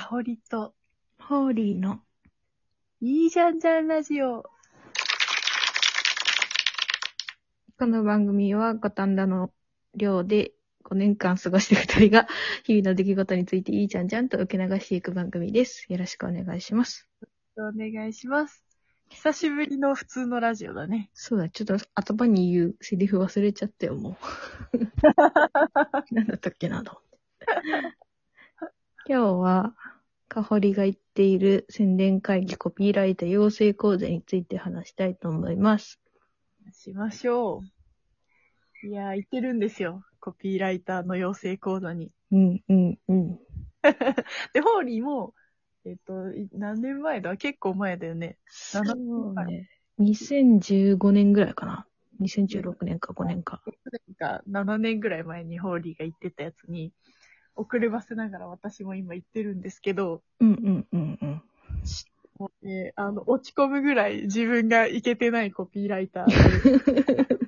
ほりと、 ホーリーのいいじゃんじゃんラジオ。 この番組は五反田の寮で5年間過ごしている2人が日々の出来事についていいじゃんじゃんと受け流していく番組です。よろしくお願いします。 お願いします。久しぶりの普通のラジオだね。 そうだ、ちょっと頭に言うセリフ忘れちゃったよ、もう。なんだったっけなと思って。今日は、かほりが言っている宣伝会議コピーライター養成講座について話したいと思います。 しましょう。いやー、行ってるんですよ。コピーライターの養成講座に。 うん。 で、ホーリーも、何年前だ？結構前だよね。 そうね。2015年ぐらいかな。2016年か5年か。 7年ぐらい前にホーリーが言ってたやつに、遅ればせながら私も今言ってるんですけど、 うん。 もうね、落ち込むぐらい自分がいけてないコピーライターで。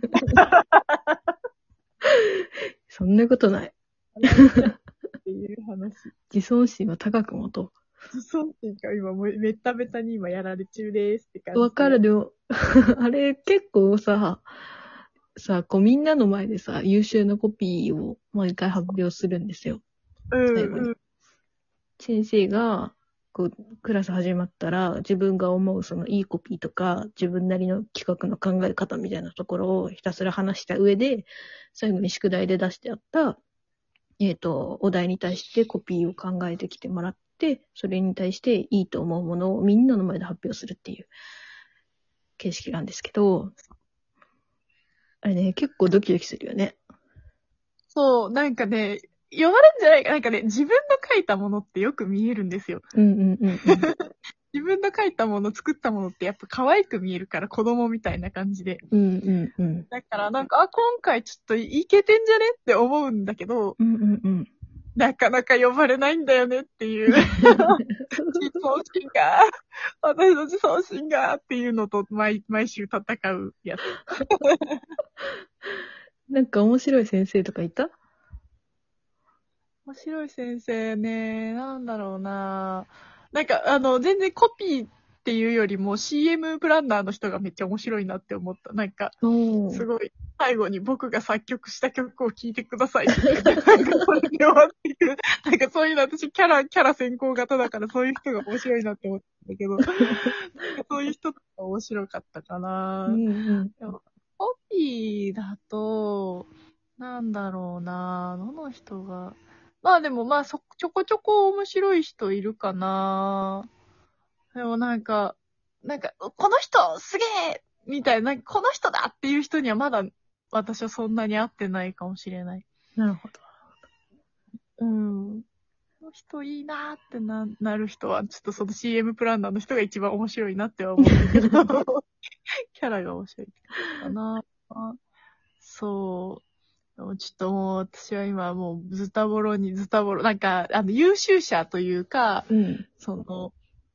そんなことない。 っていう話。 自尊心は高く持と自尊心が今もうめっためたに今やられ中ですって感う。 じ。 わかるよ。あれ結構さ、こうみんなの前でさ、優秀なコピーを毎回発表するんですよ。最後に。先生が、こう、クラス始まったら、自分が思うそのいいコピーとか、自分なりの企画の考え方みたいなところをひたすら話した上で、最後に宿題で出してあった、お題に対してコピーを考えてきてもらって、それに対していいと思うものをみんなの前で発表するっていう形式なんですけど、あれね、結構ドキドキするよね。 そう、なんかね、呼ばれんじゃないか。なんかね、自分の書いたものってよく見えるんですよ。自分の書いたもの、作ったものってやっぱ可愛く見えるから、子供みたいな感じで。だからなんか、今回ちょっといけてんじゃねって思うんだけど、なかなか呼ばれないんだよねっていう。自尊心が、私の自尊心がっていうのと毎週戦うやつ。 なんか面白い先生とかいた？ 面白い先生ね、なんだろうな。なんか、全然コピーっていうよりも CM プランナーの人がめっちゃ面白いなって思った。なんか、すごい、最後に僕が作曲した曲を聴いてくださいって言って、なんかそれで終わっていく。なんかそういうの私キャラ先行型だからそういう人が面白いなって思ったんだけど、そういう人とか面白かったかな。でもコピーだと、なんだろうな。どの人が、まあでもちょこちょこ面白い人いるかな。でもなんか、この人すげえみたいな、この人だっていう人にはまだ私はそんなに会ってないかもしれない。 なるほど。 うん。この人いいなーってなる人は、ちょっとその CM プランナーの人が一番面白いなっては思うんだけど、キャラが面白いかな。そう。ちょっともう私は今もうズタボロ、なんか、優秀者というか、その、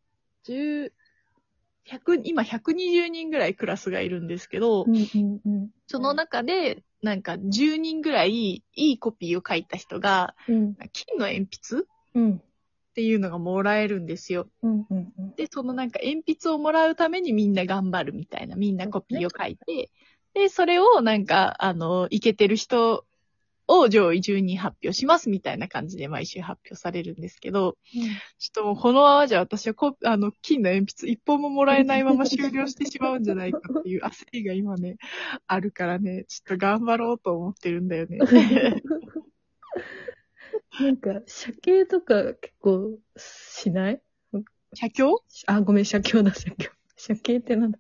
今120人ぐらいクラスがいるんですけど、その中で、なんか10人ぐらいいいコピーを書いた人が、金の鉛筆っていうのがもらえるんですよ。で、そのなんか鉛筆をもらうためにみんな頑張るみたいな、みんなコピーを書いて、で、それをなんか、いけてる人を上位順に発表しますみたいな感じで毎週発表されるんですけど、ちょっともうこのままじゃ私は金の鉛筆一本ももらえないまま終了してしまうんじゃないかっていう焦りが今ね、あるからね、ちょっと頑張ろうと思ってるんだよね。 なんか、写経とか結構しない？ 写経？ ごめん、写経だ、写経。写経ってなんだ？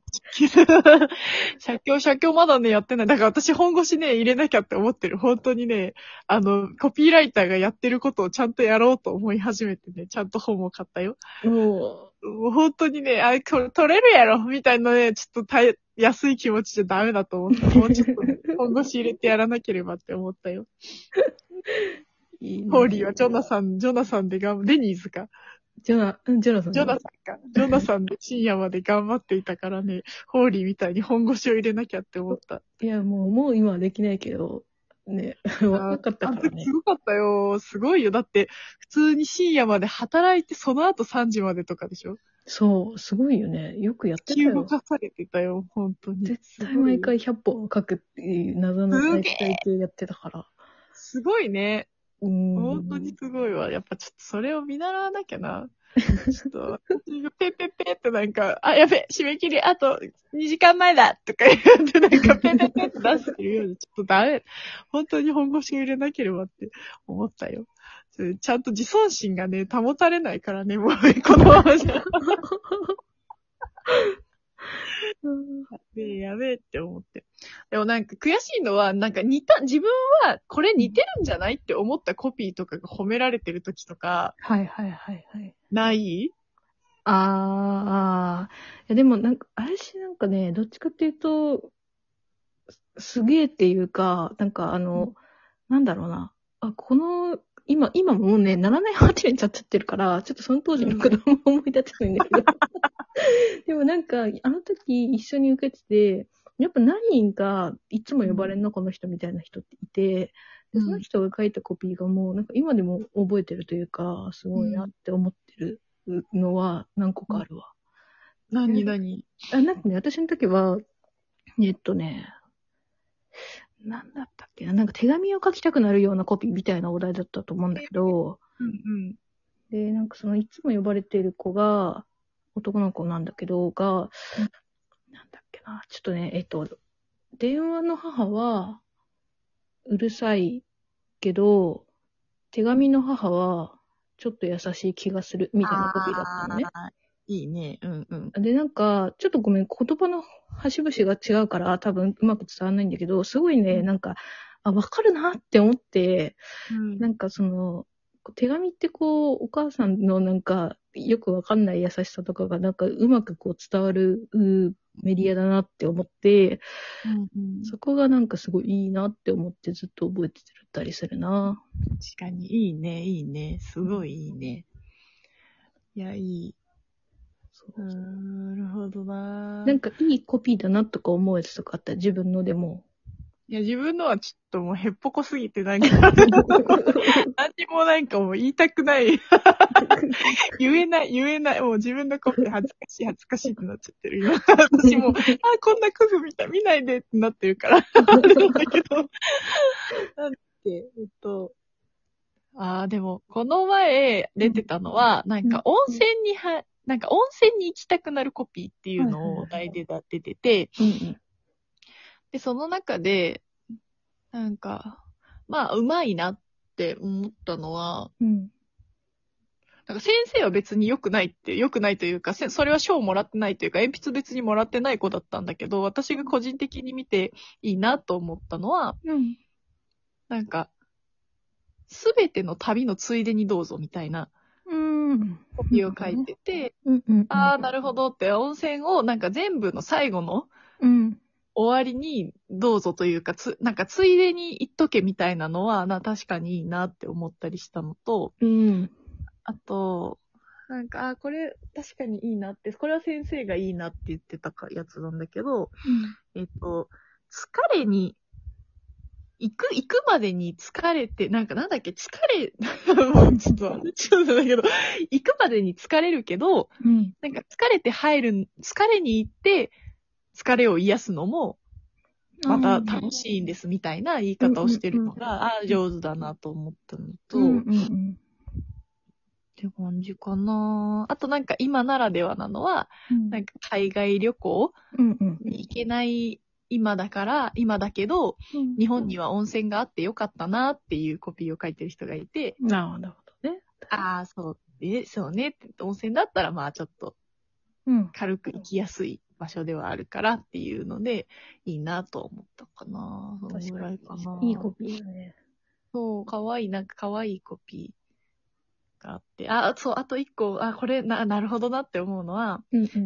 写経まだね、やってない。だから私本腰ね、入れなきゃって思ってる。本当にね、コピーライターがやってることをちゃんとやろうと思い始めてね、ちゃんと本を買ったよ。もう本当にね、これ取れるやろみたいなね、ちょっと安い気持ちじゃダメだと思った。もうちょっと、ね、本腰入れてやらなければって思ったよ。いいね、ホーリーはジョナサンでデニーズか。 ジョナサン。 ジョナサンで深夜まで頑張っていたからね、ホーリーみたいに本腰を入れなきゃって思った。 いや、もう今はできないけど、 ね、若かったからね。 すごかったよ。すごいよ。だって、普通に深夜まで働いて、その後3時までとかでしょ？ そう、すごいよね。よくやってたよ。 動かされてたよ、本当に。 絶対毎回100本書くっていう謎の体育会系やってたから。 すごいね。本当にすごいわ。やっぱちょっとそれを見習わなきゃな。ちょっと、ペッペッペッってなんか、あ、やべ、締め切りあと2時間前だとか言ってなんかペッペッペッって出してるように、ちょっとダメ。本当に本腰を入れなければって思ったよ。ちゃんと自尊心がね、保たれないからね、もう、このままじゃ。やべえって思って。でもなんか悔しいのは、なんか自分はこれ似てるんじゃないって思ったコピーとかが褒められてる時とか。 はいはいはいはい。 ない？ いやでもなんか、なんかね、どっちかっていうと、すげえっていうか、なんかなんだろうな。今もうね、7年8年経っちゃってるから、ちょっとその当時の子供を思い出せないんだけど。でもなんか、あの時一緒に受けてて、やっぱ何人かいつも呼ばれんのこの人みたいな人っていて、でその人が書いたコピーがもうなんか今でも覚えてるというか、すごいなって思ってるのは何個かあるわ。 何なんかね、私の時は、なんだったっけな、なんか手紙を書きたくなるようなコピーみたいなお題だったと思うんだけど、で、なんかそのいつも呼ばれている子が、男の子なんだけど、なんだっけな、ちょっとね、電話の母は、うるさいけど、手紙の母は、ちょっと優しい気がする、みたいなコピーだったのね。 いいね。 で、なんか、ちょっとごめん、言葉の端々が違うから、多分うまく伝わらないんだけど、すごいね、なんか、わかるなって思って、なんか手紙ってお母さんのなんか、よくわかんない優しさとかが、なんかうまく伝わるメディアだなって思って、そこがなんかすごいいいなって思ってずっと覚えてたりするな。 確かに、いいね。すごいいいね。いや、いい。なるほどな。 なんかいいコピーだなとか思うやつとかあった自分のでも。 いや、自分のはちょっともうへっぽこすぎてなんか、何もなんかもう言いたくない。言えない。もう自分のコピー恥ずかしいってなっちゃってる。今、私も、こんなクフ見ないでってなってるから。あれなんだけど。なんで、でも、この前出てたのは、なんか温泉に行きたくなるコピーっていうのをお題で出てて、で、その中で、なんか、まあ、うまいなって思ったのは、なんか先生は別に良くないというか、それは賞もらってないというか、鉛筆別にもらってない子だったんだけど、私が個人的に見ていいなと思ったのは、なんか、すべての旅のついでにどうぞみたいな、コピーを書いてて、なるほどって、温泉をなんか全部の最後の、終わりにどうぞというか、なんかついでに言っとけみたいなのは、確かにいいなって思ったりしたのと、あと、なんか、これ確かにいいなって、これは先生がいいなって言ってたやつなんだけど、疲れに、行くまでに疲れて、もうちょっとだけど、行くまでに疲れるけど、なんか疲れに行って、疲れを癒すのも、また楽しいんですみたいな言い方をしてるのが、上手だなと思ったのと、って感じかな。あとなんか今ならではなのは、なんか海外旅行に行けない今だけど、日本には温泉があってよかったなっていうコピーを書いてる人がいて、 なるほどね。 そうねって、温泉だったらまあちょっと、軽く行きやすい場所ではあるからっていうので、いいなと思ったかな。そのぐらいかな。 いいコピーだね。 そう、かわいいコピーがあって。あと一個、これなるほどなって思うのは、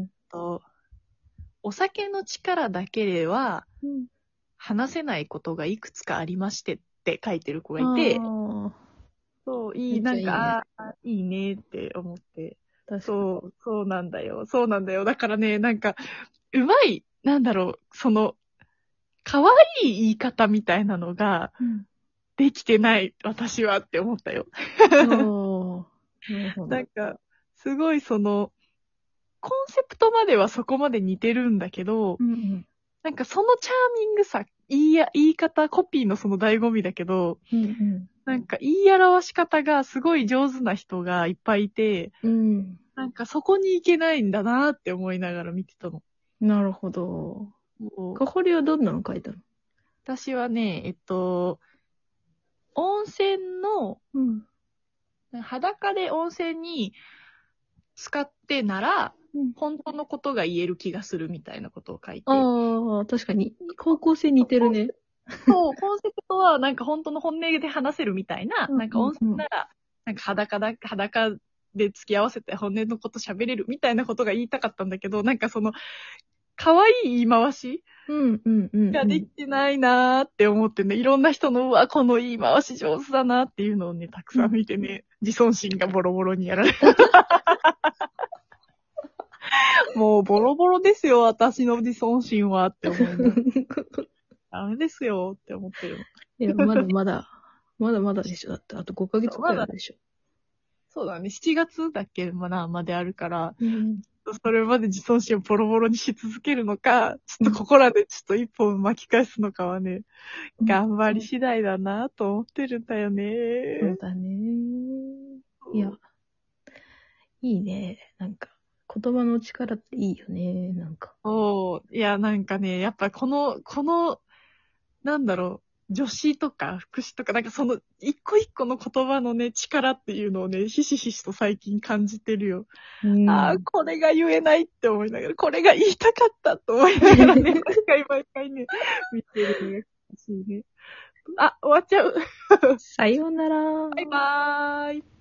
お酒の力だけでは、話せないことがいくつかありましてって書いてる子がいて、そう、いいいねって思って。そうなんだよ。だからね、なんか、うまい、可愛い言い方みたいなのが、 できてない私はって思ったよ。 なるほど。 なんか、すごいコンセプトまではそこまで似てるんだけど、 うんうん。 なんかそのチャーミングさ、言い方、コピーのその醍醐味だけど、 うんうん。 なんか言い表し方がすごい上手な人がいっぱいいて、 うん。 なんかそこに行けないんだなって思いながら見てたの。 なるほど。 もうかほりはどんなの書いたの？ 私はね、温泉の、 うん。 裸で温泉に使ってなら、 うん、 本当のことが言える気がするみたいなことを書いて。 ああ、確かに。方向性似てるね。 そう、コンセプトはなんか本当の本音で話せるみたいな、なんか温泉なら、なんか裸で付き合わせて本音のこと喋れるみたいなことが言いたかったんだけど、なんか可愛い言い回しができてないなーって思ってね、いろんな人の、うわ、この言い回し上手だなっていうのをね、たくさん見てね、自尊心がボロボロにやられる。もうボロボロですよ、私の自尊心はって思うの。ダメですよって思ってるの。 いや、まだでしょ。だって、あと5ヶ月くらいあるでしょ。 そうだね、7月だっけまであるから、 うん。 それまで自尊心をボロボロにし続けるのか、ちょっとここらでちょっと一本巻き返すのかはね、頑張り次第だなと思ってるんだよね。 そうだね。いや、いいね。なんか、言葉の力っていいよね。なんか。 いや、なんかね、やっぱなんだろう、助詞とか副詞とか、なんか一個一個の言葉のね、力っていうのをね、ひしひしと最近感じてるよ。ああ、これが言えないって思いながら、これが言いたかったと思いながらね、毎回ね、見てるのが楽しいね。あ、終わっちゃう。 さようなら。 バイバーイ。